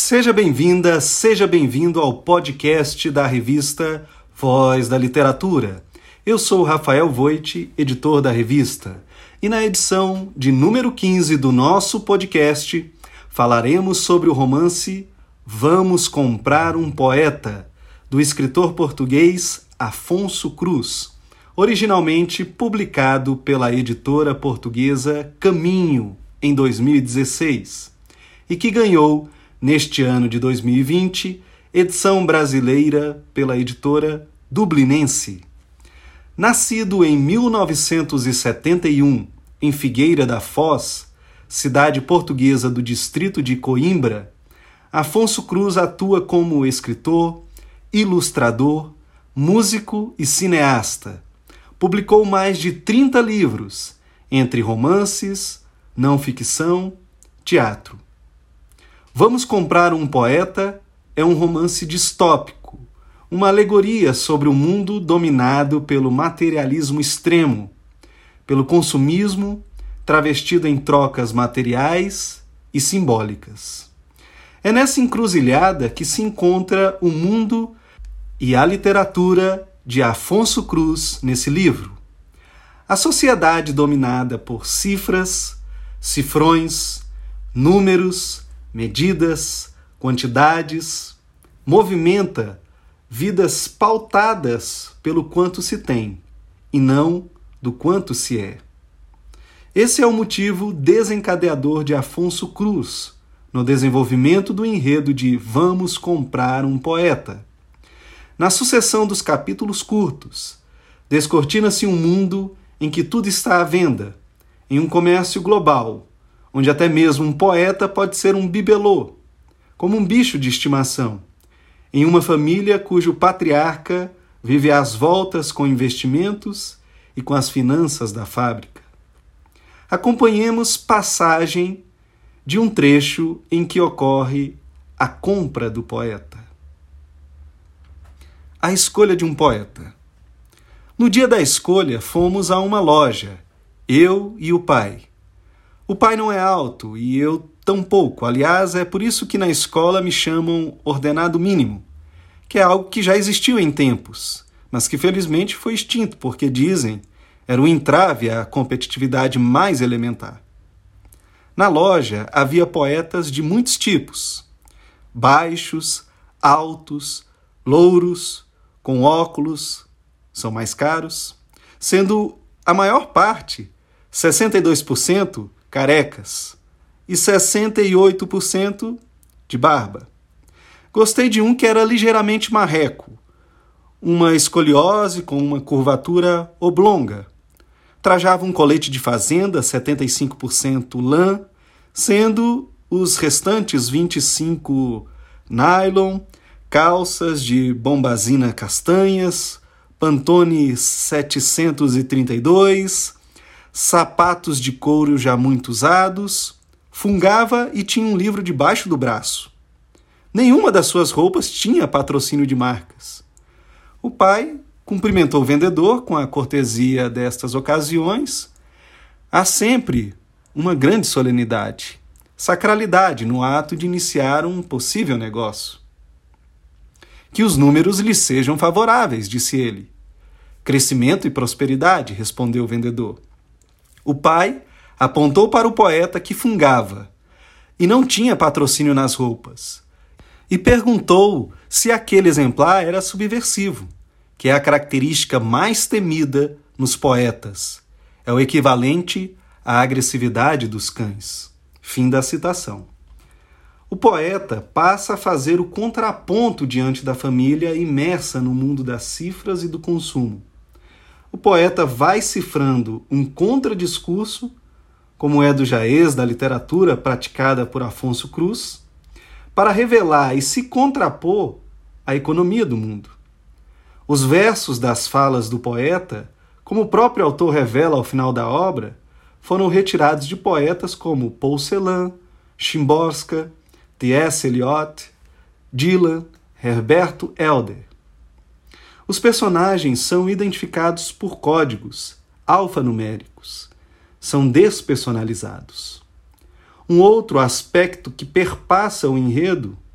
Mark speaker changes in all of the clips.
Speaker 1: Seja bem-vinda, seja bem-vindo ao podcast da revista Voz da Literatura. Eu sou Rafael Voit, editor da revista, e na edição de número 15 do nosso podcast falaremos sobre o romance Vamos Comprar um Poeta, do escritor português Afonso Cruz, originalmente publicado pela editora portuguesa Caminho em 2016, e que ganhou, neste ano de 2020, edição brasileira pela editora Dublinense. Nascido em 1971 em Figueira da Foz, cidade portuguesa do distrito de Coimbra, Afonso Cruz atua como escritor, ilustrador, músico e cineasta. Publicou mais de 30 livros, entre romances, não ficção, teatro. Vamos Comprar um Poeta é um romance distópico, uma alegoria sobre o mundo dominado pelo materialismo extremo, pelo consumismo travestido em trocas materiais e simbólicas. É nessa encruzilhada que se encontra o mundo e a literatura de Afonso Cruz nesse livro. A sociedade dominada por cifras, cifrões, números, medidas, quantidades, movimenta vidas pautadas pelo quanto se tem e não do quanto se é. Esse é o motivo desencadeador de Afonso Cruz no desenvolvimento do enredo de Vamos Comprar um Poeta. Na sucessão dos capítulos curtos, descortina-se um mundo em que tudo está à venda, em um comércio global, onde até mesmo um poeta pode ser um bibelô, como um bicho de estimação, em uma família cujo patriarca vive às voltas com investimentos e com as finanças da fábrica. Acompanhemos passagem de um trecho em que ocorre a compra do poeta. A escolha de um poeta. No dia da escolha, fomos a uma loja, eu e o pai. O pai não é alto e eu tampouco. Aliás, é por isso que na escola me chamam ordenado mínimo, que é algo que já existiu em tempos, mas que felizmente foi extinto, porque dizem era um entrave à competitividade mais elementar. Na loja havia poetas de muitos tipos, baixos, altos, louros, com óculos, são mais caros, sendo a maior parte, 62%, carecas e 68% de barba. Gostei de um que era ligeiramente marreco, uma escoliose com uma curvatura oblonga. Trajava um colete de fazenda, 75% lã, sendo os restantes 25% nylon, calças de bombazina castanhas, Pantone 732, sapatos de couro já muito usados, fungava e tinha um livro debaixo do braço. Nenhuma das suas roupas tinha patrocínio de marcas. O pai cumprimentou o vendedor com a cortesia destas ocasiões. Há sempre uma grande solenidade, sacralidade no ato de iniciar um possível negócio. Que os números lhe sejam favoráveis, disse ele. Crescimento e prosperidade, respondeu o vendedor. O pai apontou para o poeta que fungava e não tinha patrocínio nas roupas e perguntou se aquele exemplar era subversivo, que é a característica mais temida nos poetas. É o equivalente à agressividade dos cães. Fim da citação. O poeta passa a fazer o contraponto diante da família imersa no mundo das cifras e do consumo. O poeta vai cifrando um contradiscurso, como é do jaez da literatura praticada por Afonso Cruz, para revelar e se contrapor à economia do mundo. Os versos das falas do poeta, como o próprio autor revela ao final da obra, foram retirados de poetas como Paul Celan, Szymborska, T.S. Eliot, Dylan, Herberto Helder. Os personagens são identificados por códigos alfanuméricos, são despersonalizados. Um outro aspecto que perpassa o enredo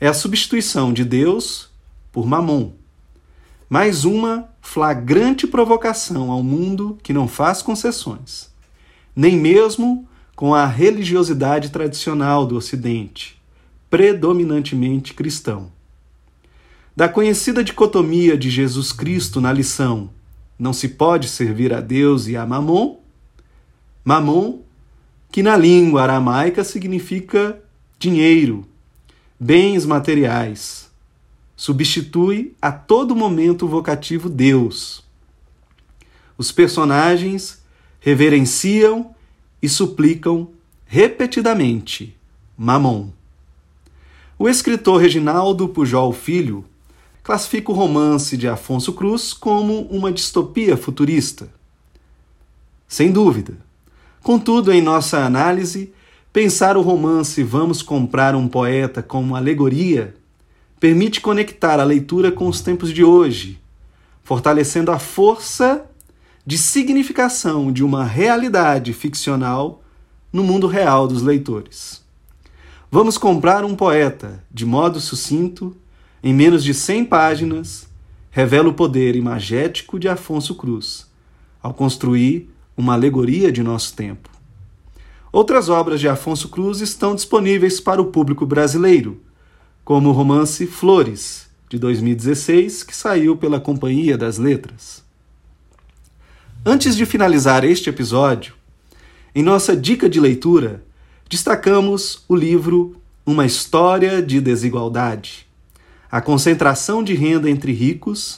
Speaker 1: é a substituição de Deus por Mamon. Mais uma flagrante provocação ao mundo que não faz concessões, nem mesmo com a religiosidade tradicional do Ocidente, predominantemente cristão. Da conhecida dicotomia de Jesus Cristo na lição "Não se pode servir a Deus e a Mamon", Mamon, que na língua aramaica significa dinheiro, bens materiais, substitui a todo momento o vocativo Deus. Os personagens reverenciam e suplicam repetidamente Mamon. O escritor Reginaldo Pujol Filho classifica o romance de Afonso Cruz como uma distopia futurista. Sem dúvida. Contudo, em nossa análise, pensar o romance Vamos Comprar um Poeta como alegoria permite conectar a leitura com os tempos de hoje, fortalecendo a força de significação de uma realidade ficcional no mundo real dos leitores. Vamos Comprar um Poeta, de modo sucinto, em menos de 100 páginas, revela o poder imagético de Afonso Cruz, ao construir uma alegoria de nosso tempo. Outras obras de Afonso Cruz estão disponíveis para o público brasileiro, como o romance Flores, de 2016, que saiu pela Companhia das Letras. Antes de finalizar este episódio, em nossa dica de leitura, destacamos o livro Uma História de Desigualdade, A Concentração de Renda entre Ricos,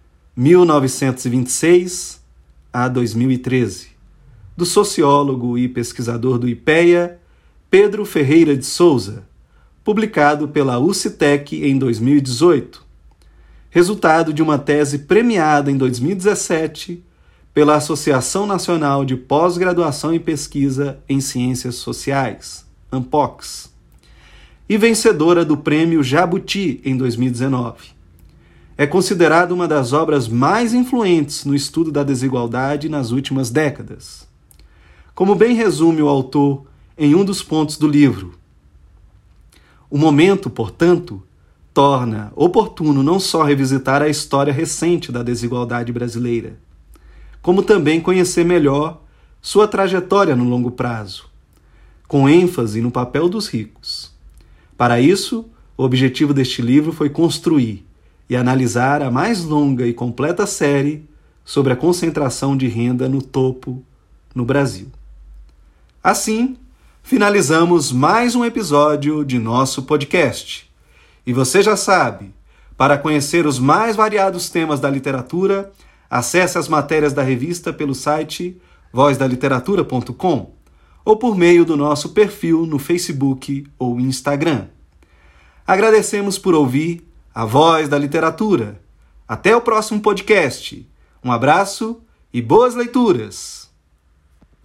Speaker 1: 1926 a 2013, do sociólogo e pesquisador do IPEA, Pedro Ferreira de Souza, publicado pela UCTEC em 2018, resultado de uma tese premiada em 2017 pela Associação Nacional de Pós-Graduação e Pesquisa em Ciências Sociais, ANPOX, e vencedora do Prêmio Jabuti em 2019. É considerada uma das obras mais influentes no estudo da desigualdade nas últimas décadas. Como bem resume o autor em um dos pontos do livro, o momento, portanto, torna oportuno não só revisitar a história recente da desigualdade brasileira, como também conhecer melhor sua trajetória no longo prazo, com ênfase no papel dos ricos. Para isso, o objetivo deste livro foi construir e analisar a mais longa e completa série sobre a concentração de renda no topo no Brasil. Assim, finalizamos mais um episódio de nosso podcast. E você já sabe, para conhecer os mais variados temas da literatura, acesse as matérias da revista pelo site vozdaliteratura.com ou por meio do nosso perfil no Facebook ou Instagram. Agradecemos por ouvir A Voz da Literatura. Até o próximo podcast. Um abraço e boas leituras!